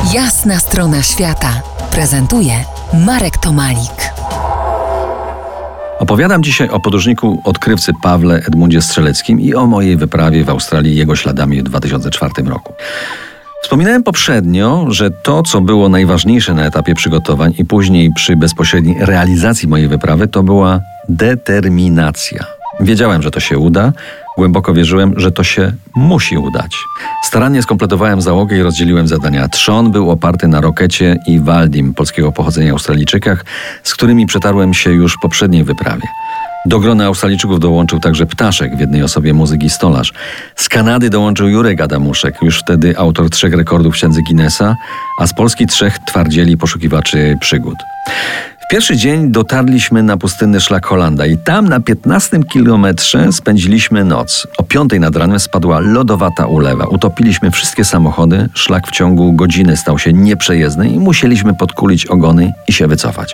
Jasna strona świata prezentuje Marek Tomalik. Opowiadam dzisiaj o podróżniku odkrywcy Pawle Edmundzie Strzeleckim i o mojej wyprawie w Australii jego śladami w 2004 roku. Wspominałem poprzednio, że to, co było najważniejsze na etapie przygotowań i później przy bezpośredniej realizacji mojej wyprawy, to była determinacja. Wiedziałem, że to się uda, głęboko wierzyłem, że to się musi udać. Starannie skompletowałem załogę i rozdzieliłem zadania. Trzon był oparty na Rokecie i Waldim, polskiego pochodzenia Australijczykach, z którymi przetarłem się już w poprzedniej wyprawie. Do grona Australijczyków dołączył także Ptaszek, w jednej osobie muzyk i stolarz. Z Kanady dołączył Jurek Adamuszek, już wtedy autor 3 rekordów w Księdze Guinnessa, a z Polski 3 twardzieli poszukiwaczy przygód. W pierwszy dzień dotarliśmy na pustynny szlak Hollanda i tam na 15 kilometrze spędziliśmy noc. O 5 nad ranem spadła lodowata ulewa. Utopiliśmy wszystkie samochody, szlak w ciągu godziny stał się nieprzejezdny i musieliśmy podkulić ogony i się wycofać.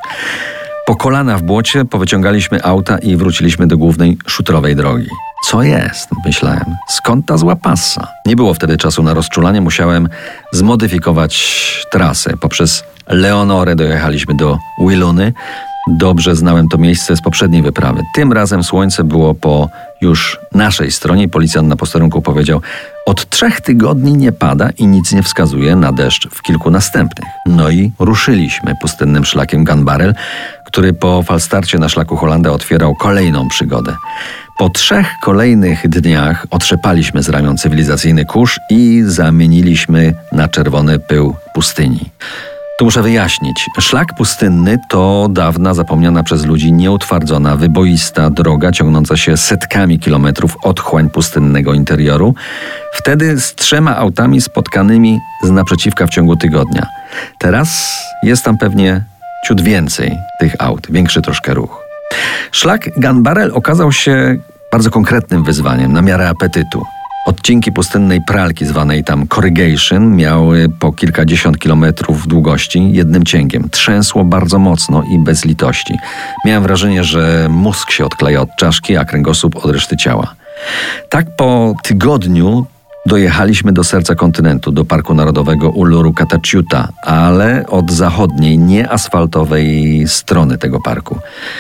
Po kolana w błocie powyciągaliśmy auta i wróciliśmy do głównej szutrowej drogi. Co jest? Myślałem. Skąd ta zła passa? Nie było wtedy czasu na rozczulanie. Musiałem zmodyfikować trasę. Poprzez Leonorę dojechaliśmy do Wiluny. Dobrze znałem to miejsce z poprzedniej wyprawy. Tym razem słońce było po już naszej stronie. Policjant na posterunku powiedział: od 3 tygodni nie pada i nic nie wskazuje na deszcz w kilku następnych. No i ruszyliśmy pustynnym szlakiem Gunbarrel, który po falstarcie na szlaku Hollanda otwierał kolejną przygodę. Po 3 kolejnych dniach otrzepaliśmy z ramion cywilizacyjny kurz i zamieniliśmy na czerwony pył pustyni. Tu muszę wyjaśnić. Szlak pustynny to dawna, zapomniana przez ludzi, nieutwardzona, wyboista droga ciągnąca się setkami kilometrów otchłań pustynnego interioru. Wtedy z 3 autami spotkanymi z naprzeciwka w ciągu tygodnia. Teraz jest tam pewnie ciut więcej tych aut, większy troszkę ruch. Szlak Gunbarrel okazał się bardzo konkretnym wyzwaniem na miarę apetytu. Odcinki pustynnej pralki, zwanej tam corrugation, miały po kilkadziesiąt kilometrów długości jednym cięgiem. Trzęsło bardzo mocno i bez litości. Miałem wrażenie, że mózg się odkleja od czaszki, a kręgosłup od reszty ciała. Tak po tygodniu dojechaliśmy do serca kontynentu, do Parku Narodowego Uluru-Kata Tjuta, ale od zachodniej, nieasfaltowej strony tego parku.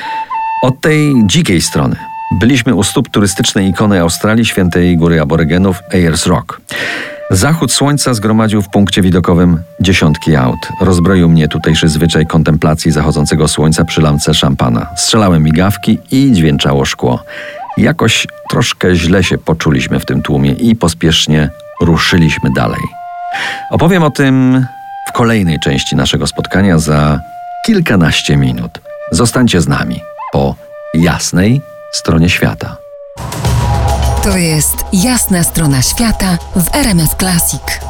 Od tej dzikiej strony. Byliśmy u stóp turystycznej ikony Australii, świętej góry aborygenów Ayers Rock. Zachód słońca zgromadził w punkcie widokowym dziesiątki aut. Rozbroił mnie tutejszy zwyczaj kontemplacji zachodzącego słońca przy lampce szampana. Strzelały migawki i dźwięczało szkło. Jakoś troszkę źle się poczuliśmy w tym tłumie i pospiesznie ruszyliśmy dalej. Opowiem o tym w kolejnej części naszego spotkania za kilkanaście minut. Zostańcie z nami po jasnej stronie świata. To jest Jasna strona świata w RMF Classic.